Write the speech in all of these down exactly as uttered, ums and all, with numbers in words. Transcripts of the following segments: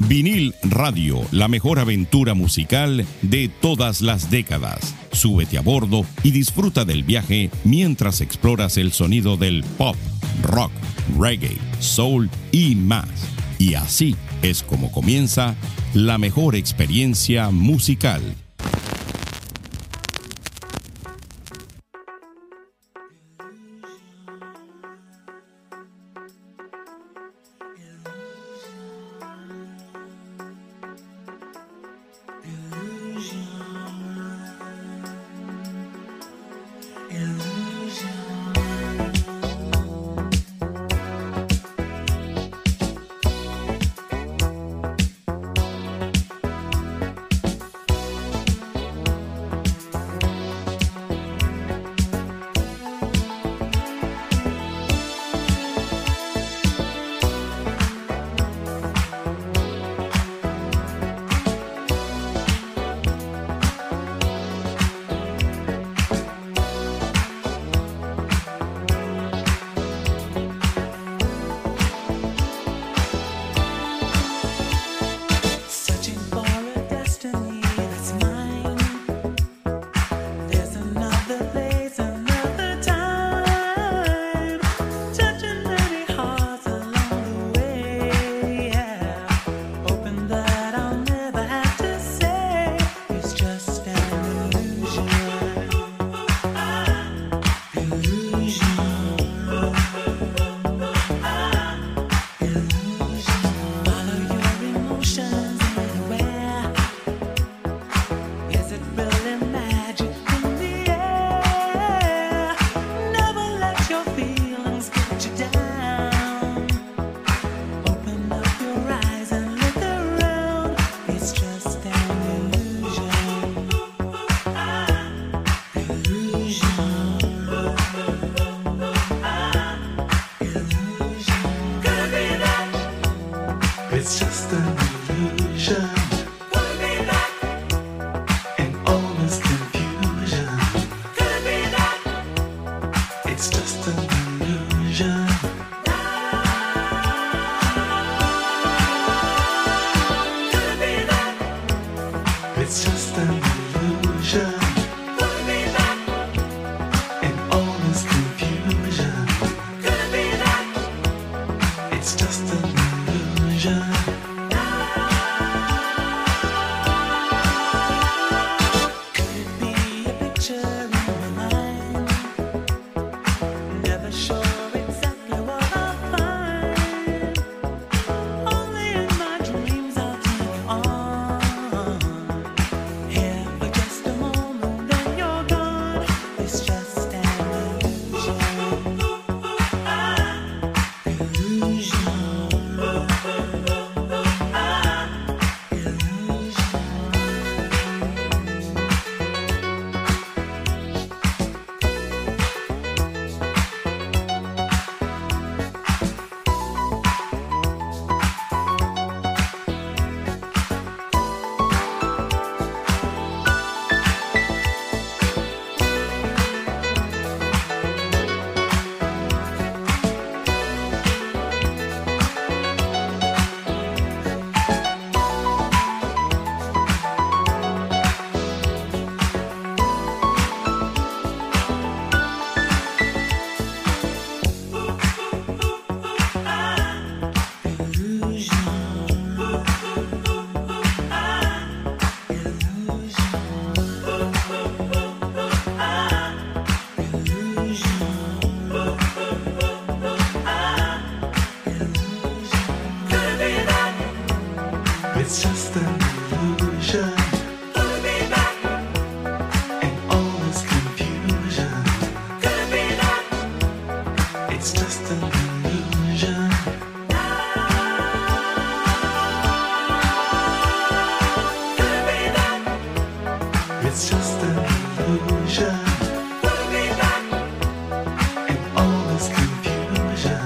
Vinil Radio, la mejor aventura musical de todas las décadas. Súbete a bordo y disfruta del viaje mientras exploras el sonido del pop, rock, reggae, soul y más. Y así es como comienza la mejor experiencia musical.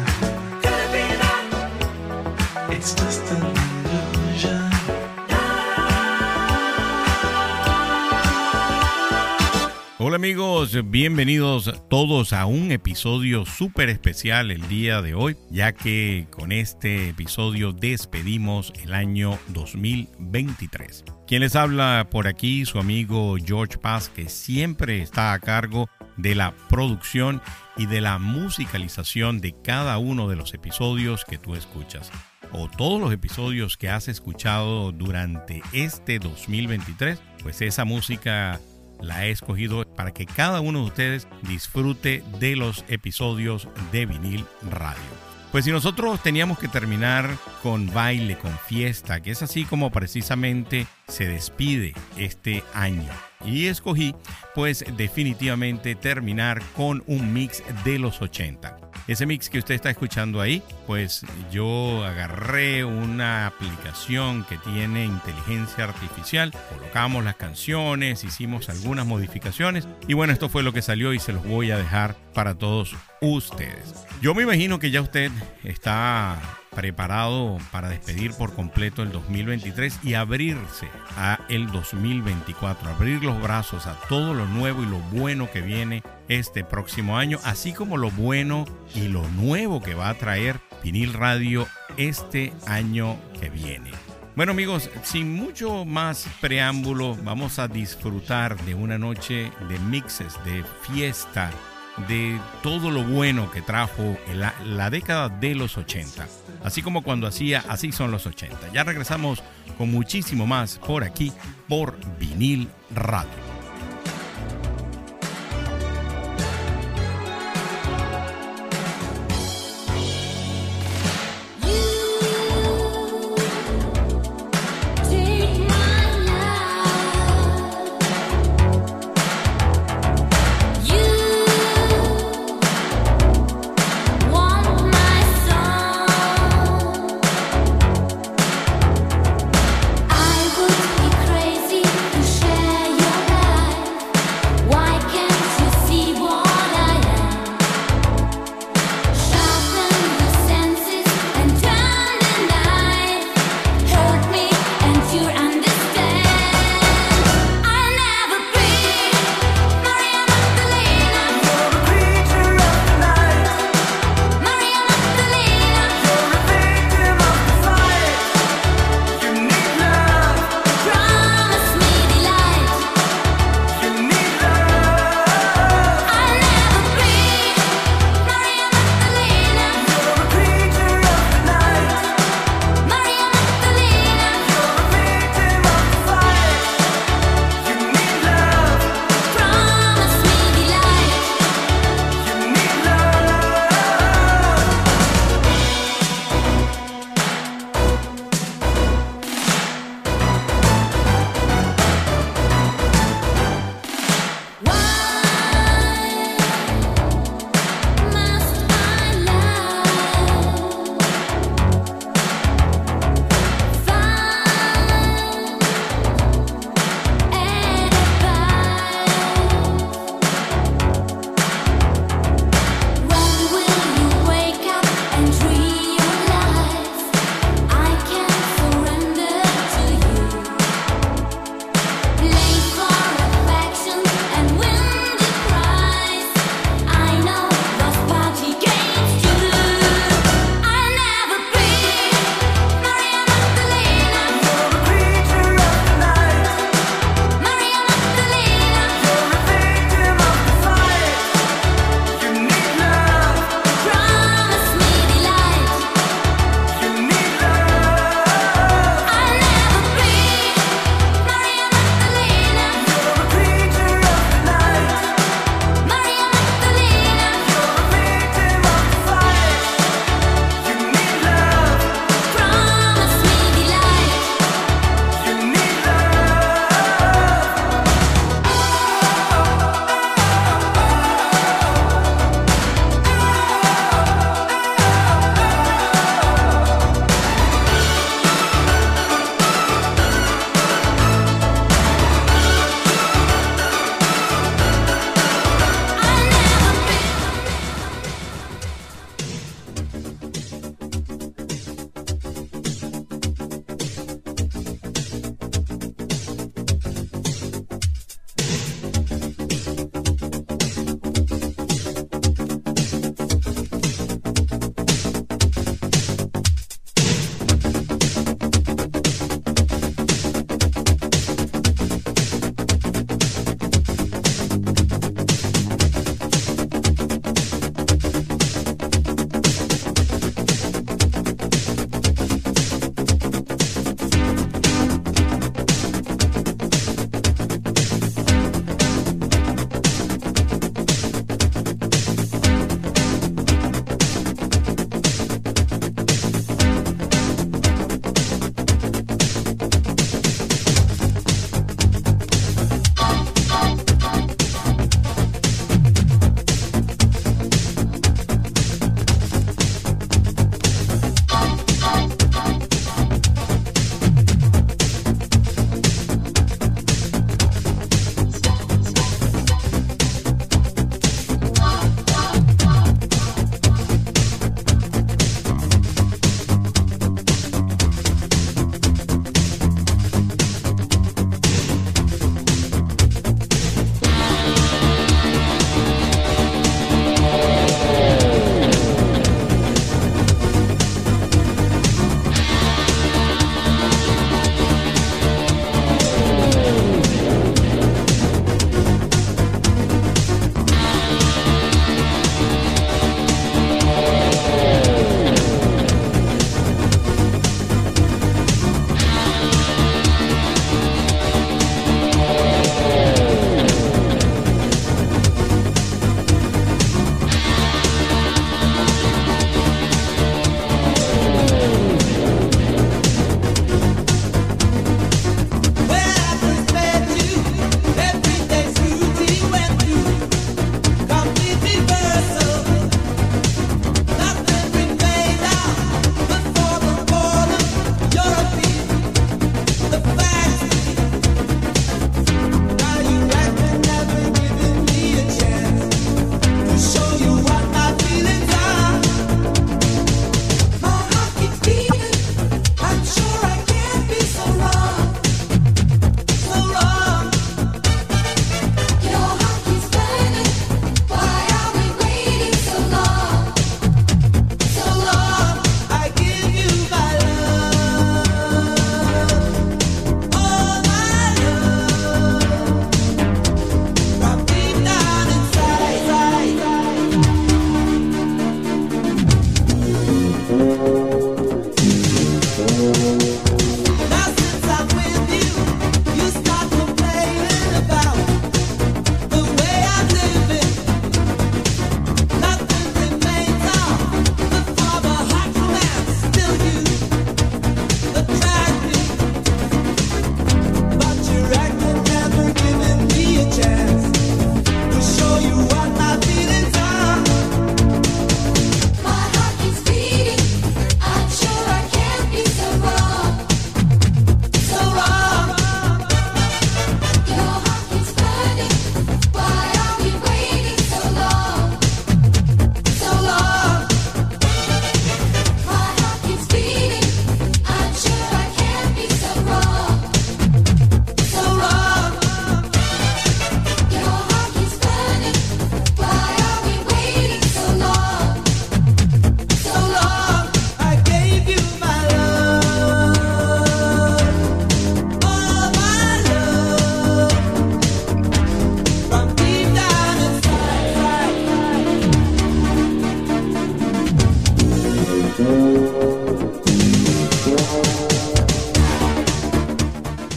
It's just an illusion. amigos, bienvenidos todos a un episodio súper especial el día de hoy, ya que con este episodio despedimos el año dos mil veintitrés. Quien les habla por aquí, su amigo George Paz, que siempre está a cargo de la producción y de la musicalización de cada uno de los episodios que tú escuchas, o todos los episodios que has escuchado durante este dos mil veintitrés, pues esa música la he escogido para que cada uno de ustedes disfrute de los episodios de Vinil Radio. Pues si nosotros teníamos que terminar con baile, con fiesta, que es así como precisamente se despide este año, y escogí pues definitivamente terminar con un mix de los ochenta. Ese mix que usted está escuchando ahí, pues yo agarré una aplicación que tiene inteligencia artificial, colocamos las canciones, hicimos algunas modificaciones y bueno, esto fue lo que salió y se los voy a dejar para todos ustedes. Yo me imagino que ya usted está preparado para despedir por completo el dos mil veintitrés y abrirse a el dos mil veinticuatro, abrir los brazos a todo lo nuevo y lo bueno que viene este próximo año, así como lo bueno y lo nuevo que va a traer Vinil Radio este año que viene. Bueno amigos, sin mucho más preámbulo, vamos a disfrutar de una noche de mixes, de fiesta, de todo lo bueno que trajo la, la década de los ochenta. Así como cuando hacía Así son los ochenta. Ya regresamos con muchísimo más por aquí, por Vinil Radio. I would be crazy to share your life.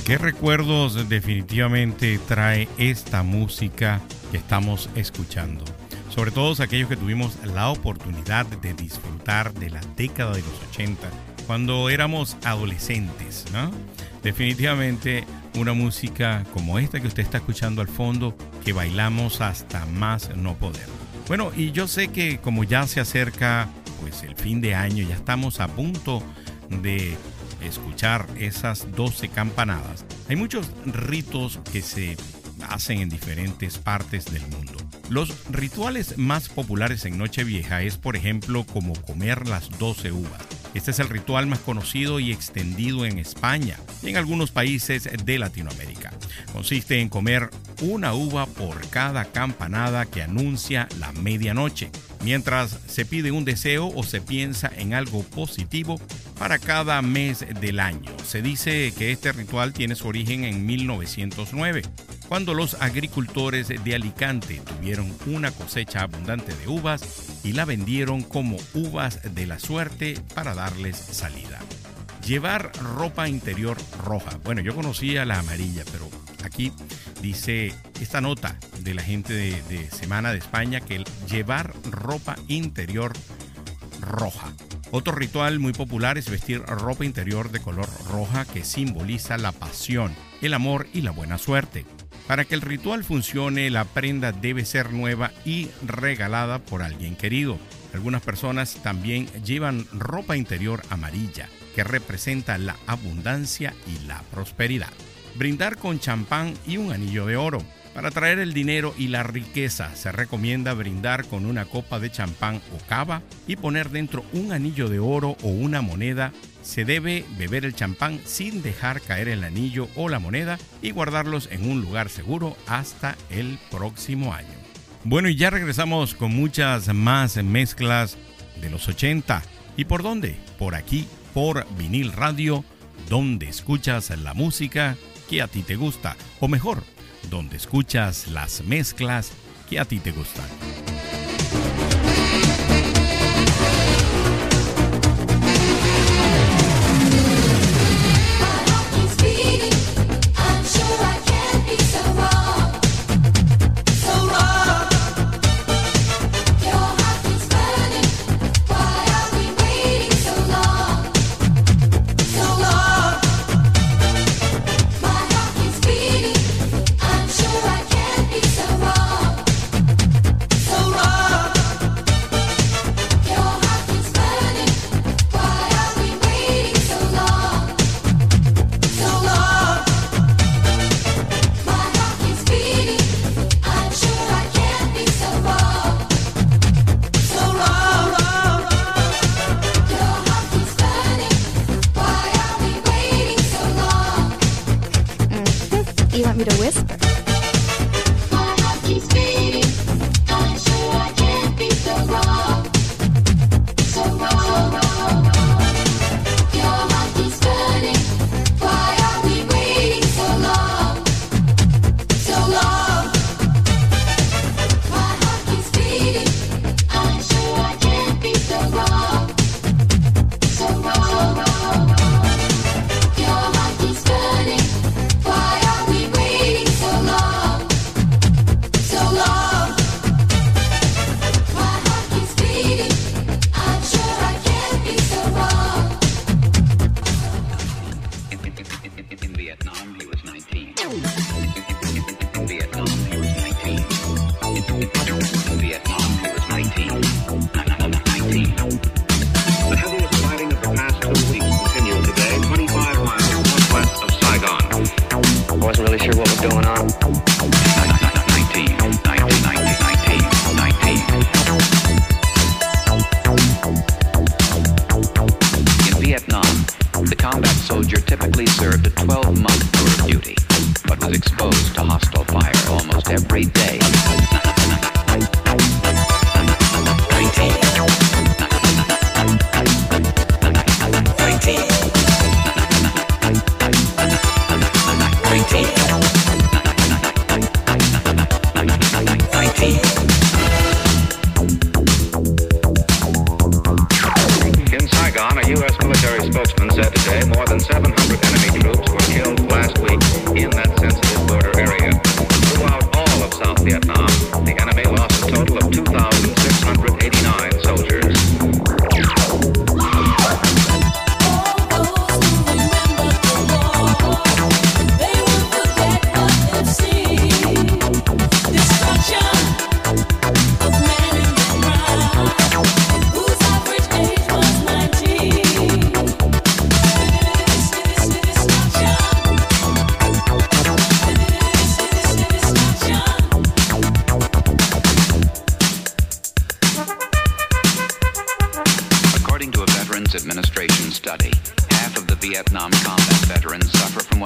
¿Qué recuerdos definitivamente trae esta música que estamos escuchando? Sobre todo aquellos que tuvimos la oportunidad de disfrutar de la década de los ochenta, cuando éramos adolescentes, ¿no? Definitivamente una música como esta que usted está escuchando al fondo, que bailamos hasta más no poder. Bueno, y yo sé que como ya se acerca pues el fin de año, ya estamos a punto de escuchar esas doce campanadas. Hay muchos ritos que se hacen en diferentes partes del mundo. Los rituales más populares en Nochevieja es, por ejemplo, como comer las doce uvas. Este es el ritual más conocido y extendido en España y en algunos países de Latinoamérica. Consiste en comer una uva por cada campanada que anuncia la medianoche, mientras se pide un deseo o se piensa en algo positivo para cada mes del año. Se dice que este ritual tiene su origen en mil novecientos nueve, cuando los agricultores de Alicante tuvieron una cosecha abundante de uvas y la vendieron como uvas de la suerte para darles salida. Llevar ropa interior roja. Bueno, yo conocía la amarilla, pero aquí dice esta nota de la gente de, de Semana de España que el llevar ropa interior roja. Otro ritual muy popular es vestir ropa interior de color roja que simboliza la pasión, el amor y la buena suerte. Para que el ritual funcione, la prenda debe ser nueva y regalada por alguien querido. Algunas personas también llevan ropa interior amarilla, que representa la abundancia y la prosperidad. Brindar con champán y un anillo de oro. Para atraer el dinero y la riqueza, se recomienda brindar con una copa de champán o cava y poner dentro un anillo de oro o una moneda. Se debe beber el champán sin dejar caer el anillo o la moneda y guardarlos en un lugar seguro hasta el próximo año. Bueno, y ya regresamos con muchas más mezclas de los ochenta. ¿Y por dónde? Por aquí, por Vinil Radio, donde escuchas la música que a ti te gusta, o mejor, donde escuchas las mezclas que a ti te gustan. U S military spokesman said today more than seven hundred enemy troops were killed last week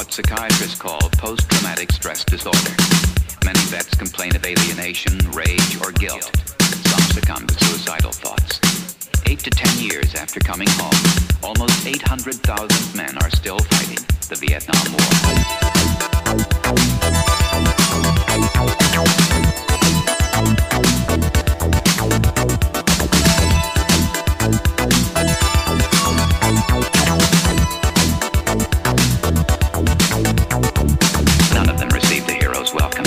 what psychiatrists call post-traumatic stress disorder. Many vets complain of alienation, rage, or guilt. Some succumb to suicidal thoughts. Eight to ten years after coming home, almost eight hundred thousand men are still fighting the Vietnam War. None of them received the hero's welcome.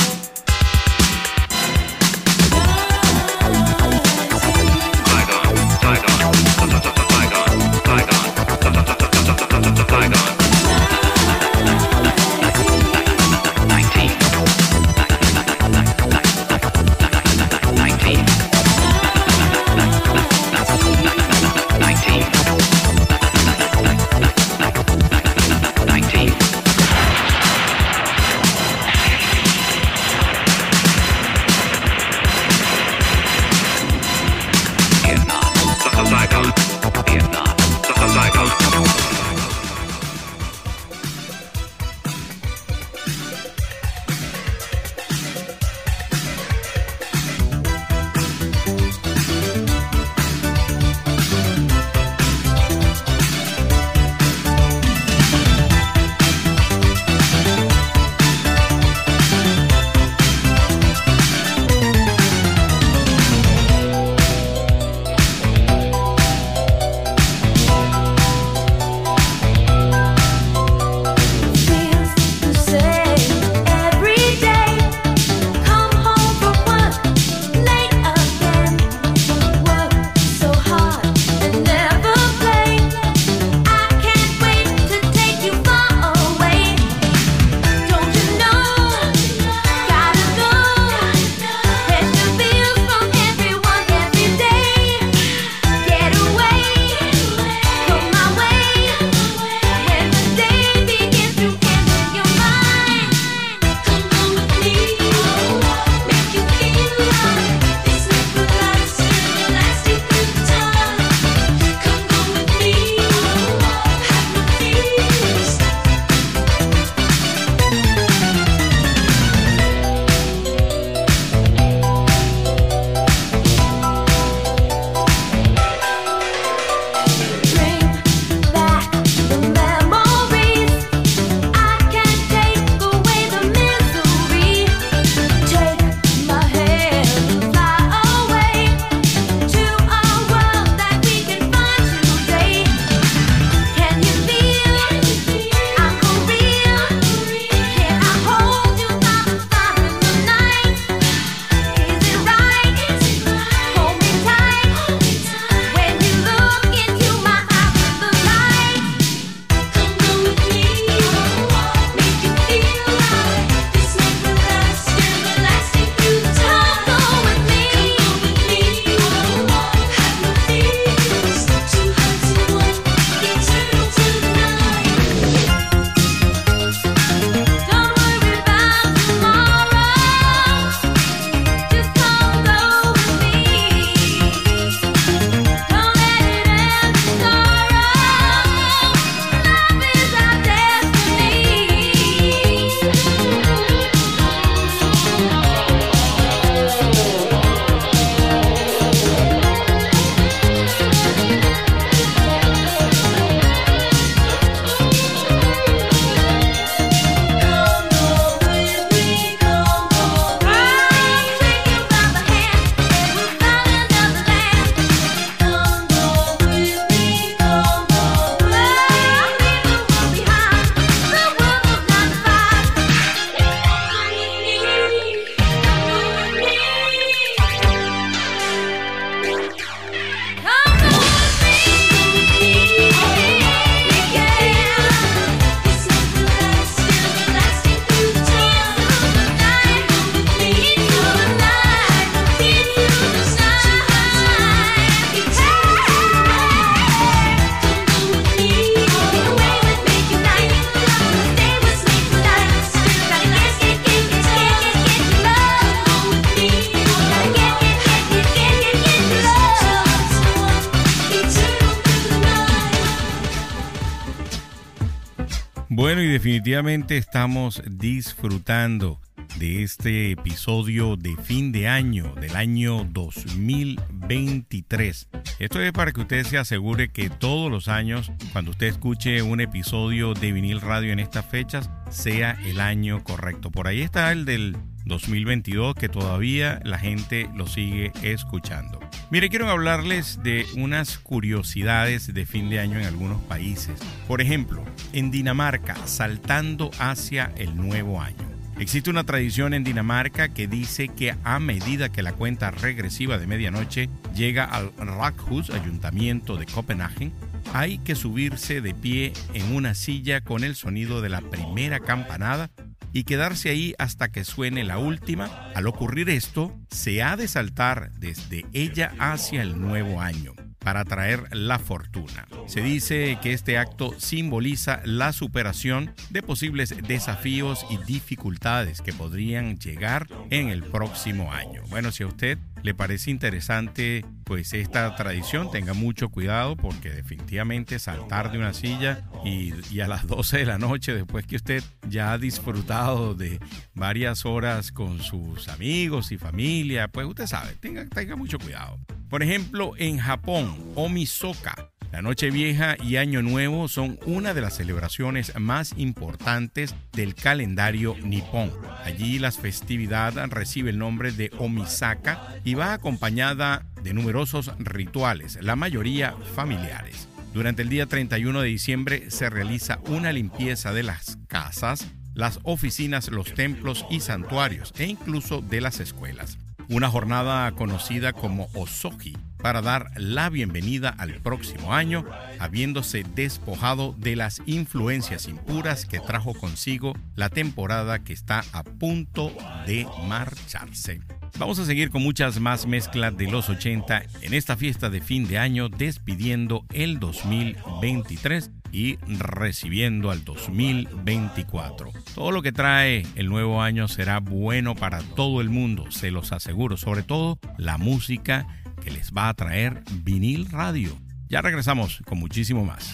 definitivamente estamos disfrutando de este episodio de fin de año del año dos mil veintitrés. Esto es para que usted se asegure que todos los años, cuando usted escuche un episodio de Vinil Radio en estas fechas, sea el año correcto. Por ahí está el del dos mil veintidós, que todavía la gente lo sigue escuchando. Mire, quiero hablarles de unas curiosidades de fin de año en algunos países. Por ejemplo, en Dinamarca, saltando hacia el nuevo año. Existe una tradición en Dinamarca que dice que a medida que la cuenta regresiva de medianoche llega al Rakhus, ayuntamiento de Copenhague, hay que subirse de pie en una silla con el sonido de la primera campanada y quedarse ahí hasta que suene la última. Al ocurrir esto, se ha de saltar desde ella hacia el nuevo año para traer la fortuna. Se dice que este acto simboliza la superación de posibles desafíos y dificultades que podrían llegar en el próximo año. Bueno, si a usted le parece interesante pues esta tradición, tenga mucho cuidado, porque definitivamente saltar de una silla y, y a las doce de la noche, después que usted ya ha disfrutado de varias horas con sus amigos y familia, pues usted sabe, tenga, tenga mucho cuidado. Por ejemplo, en Japón, Omisoka, la Nochevieja y Año Nuevo son una de las celebraciones más importantes del calendario nipón. Allí la festividad recibe el nombre de Omisaka y va acompañada de numerosos rituales, la mayoría familiares. Durante el día treinta y uno de diciembre se realiza una limpieza de las casas, las oficinas, los templos y santuarios, e incluso de las escuelas. Una jornada conocida como Osoji, para dar la bienvenida al próximo año, habiéndose despojado de las influencias impuras que trajo consigo la temporada que está a punto de marcharse. Vamos a seguir con muchas más mezclas de los ochenta en esta fiesta de fin de año, despidiendo el dos mil veintitrés y recibiendo al dos mil veinticuatro. Todo lo que trae el nuevo año será bueno para todo el mundo, se los aseguro, sobre todo la música que les va a traer Vinil Radio. Ya regresamos con muchísimo más.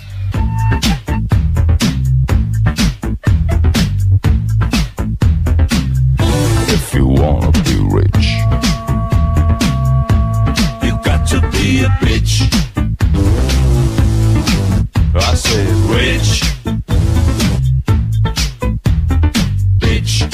If you wanna be rich, you got to be a bitch. I said rich, bitch.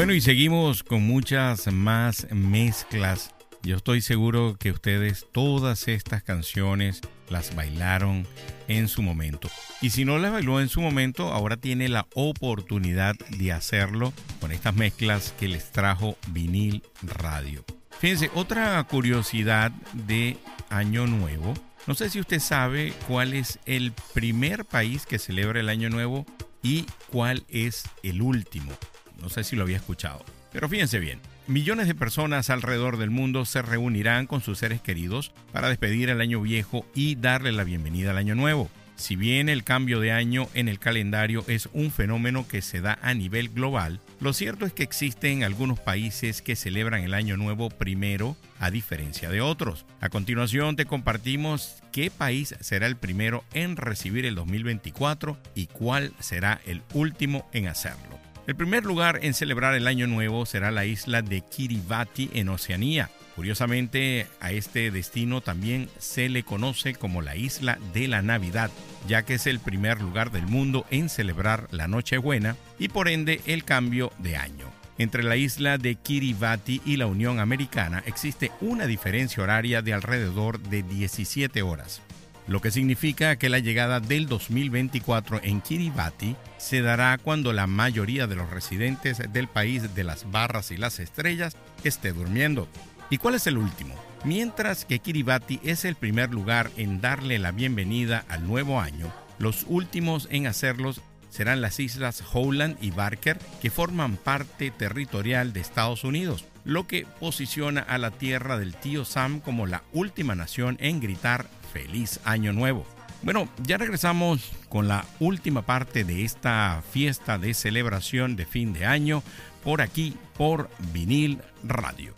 Bueno, y seguimos con muchas más mezclas. Yo estoy seguro que ustedes todas estas canciones las bailaron en su momento. Y si no las bailó en su momento, ahora tiene la oportunidad de hacerlo con estas mezclas que les trajo Vinil Radio. Fíjense, otra curiosidad de Año Nuevo. No sé si usted sabe cuál es el primer país que celebra el Año Nuevo y cuál es el último. No sé si lo había escuchado, pero fíjense bien. Millones de personas alrededor del mundo se reunirán con sus seres queridos para despedir el año viejo y darle la bienvenida al año nuevo. Si bien el cambio de año en el calendario es un fenómeno que se da a nivel global, lo cierto es que existen algunos países que celebran el año nuevo primero, a diferencia de otros. A continuación te compartimos qué país será el primero en recibir el dos mil veinticuatro y cuál será el último en hacerlo. El primer lugar en celebrar el Año Nuevo será la isla de Kiribati en Oceanía. Curiosamente, a este destino también se le conoce como la Isla de la Navidad, ya que es el primer lugar del mundo en celebrar la Nochebuena y por ende el cambio de año. Entre la isla de Kiribati y la Unión Americana existe una diferencia horaria de alrededor de diecisiete horas. Lo que significa que la llegada del dos mil veinticuatro en Kiribati se dará cuando la mayoría de los residentes del país de las barras y las estrellas esté durmiendo. ¿Y cuál es el último? Mientras que Kiribati es el primer lugar en darle la bienvenida al nuevo año, los últimos en hacerlos serán las islas Howland y Barker, que forman parte territorial de Estados Unidos, lo que posiciona a la tierra del tío Sam como la última nación en gritar ¡Feliz Año Nuevo! Bueno, ya regresamos con la última parte de esta fiesta de celebración de fin de año por aquí, por Vinil Radio.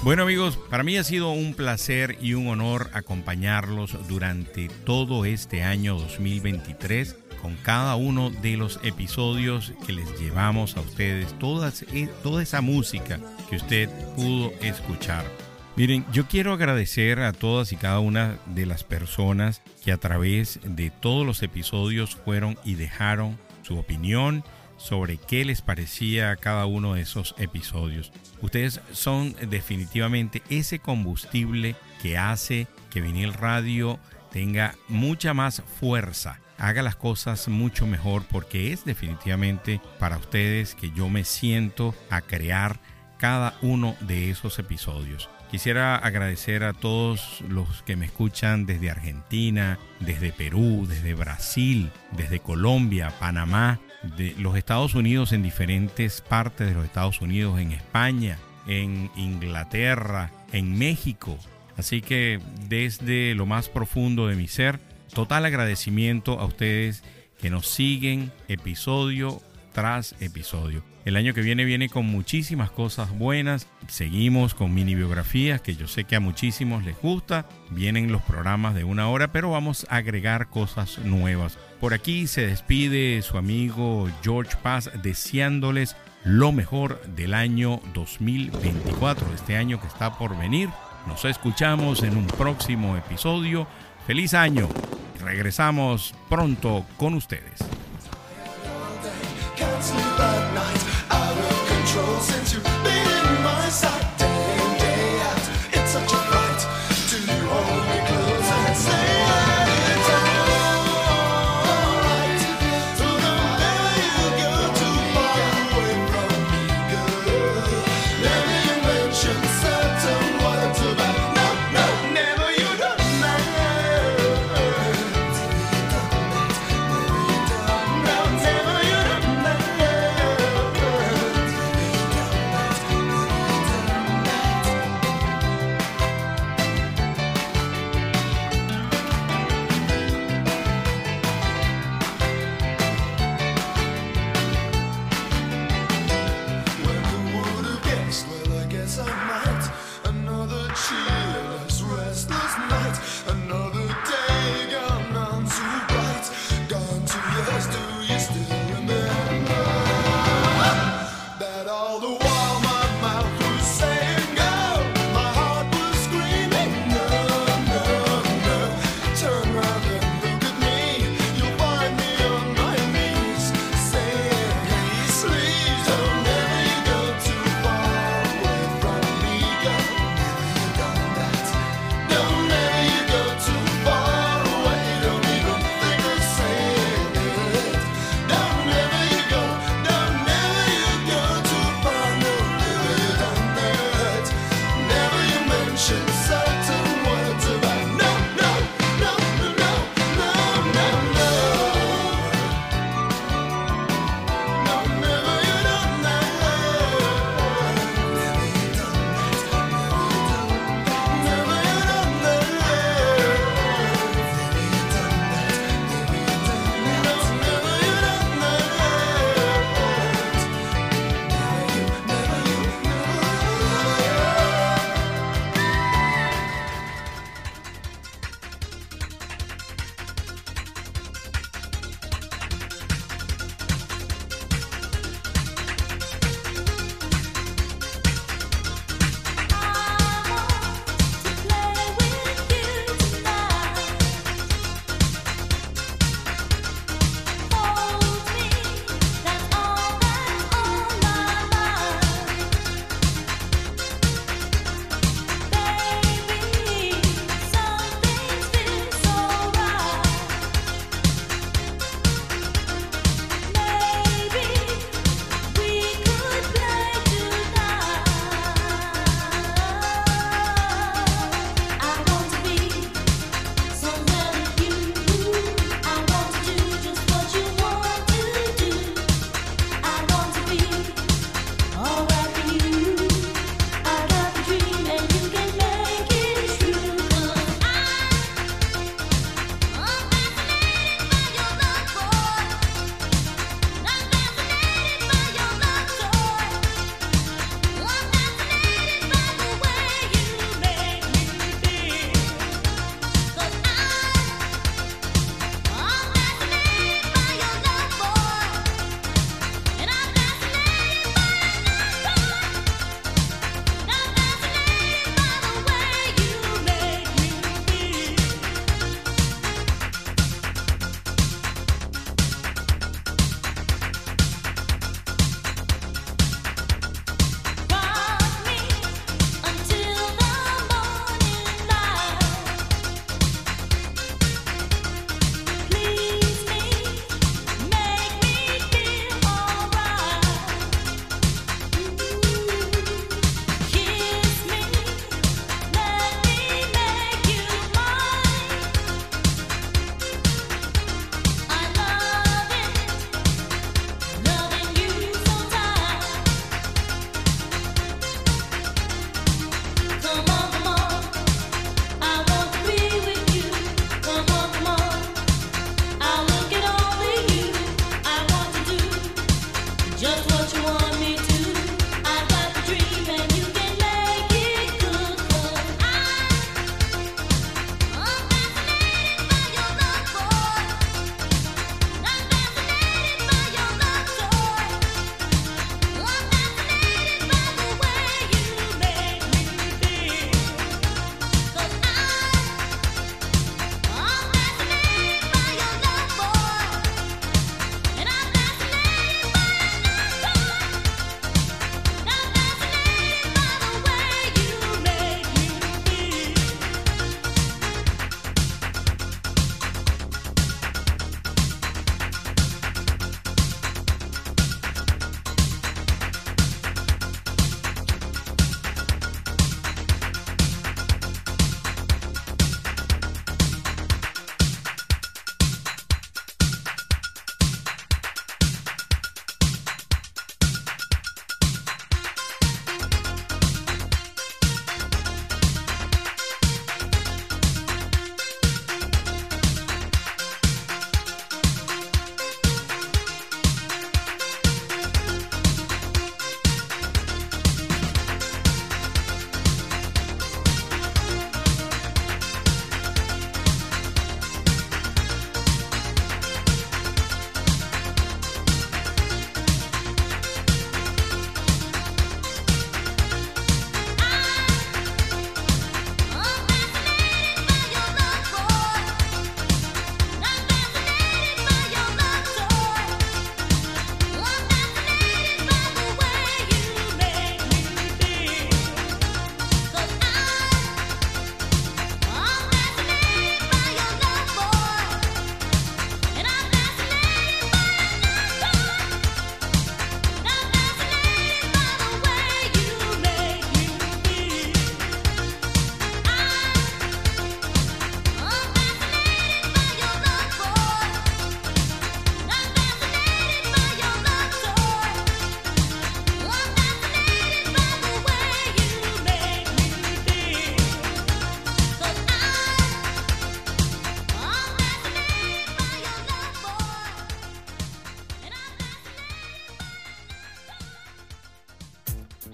Bueno amigos, para mí ha sido un placer y un honor acompañarlos durante todo este año dos mil veintitrés con cada uno de los episodios que les llevamos a ustedes, todas, toda esa música que usted pudo escuchar. Miren, yo quiero agradecer a todas y cada una de las personas que a través de todos los episodios fueron y dejaron su opinión sobre qué les parecía cada uno de esos episodios. Ustedes son definitivamente ese combustible que hace que Vinil Radio tenga mucha más fuerza, haga las cosas mucho mejor, porque es definitivamente para ustedes que yo me siento a crear cada uno de esos episodios. Quisiera agradecer a todos los que me escuchan desde Argentina, desde Perú, desde Brasil, desde Colombia, Panamá, de los Estados Unidos, en diferentes partes de los Estados Unidos, en España, en Inglaterra, en México. Así que desde lo más profundo de mi ser, total agradecimiento a ustedes que nos siguen episodio tras episodio. El año que viene viene con muchísimas cosas buenas. Seguimos con mini biografías, que yo sé que a muchísimos les gusta. Vienen los programas de una hora, pero vamos a agregar cosas nuevas. Por aquí se despide su amigo George Paz, deseándoles lo mejor del año dos mil veinticuatro, este año que está por venir. Nos escuchamos en un próximo episodio. ¡Feliz año! Regresamos pronto con ustedes.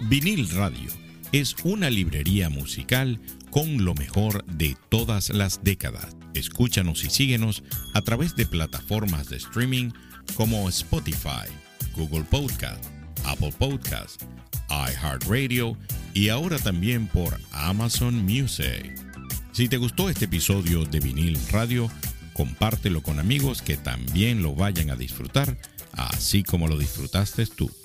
Vinil Radio es una librería musical con lo mejor de todas las décadas. Escúchanos y síguenos a través de plataformas de streaming como Spotify, Google Podcast, Apple Podcast, iHeartRadio y ahora también por Amazon Music. Si te gustó este episodio de Vinil Radio, compártelo con amigos que también lo vayan a disfrutar, así como lo disfrutaste tú.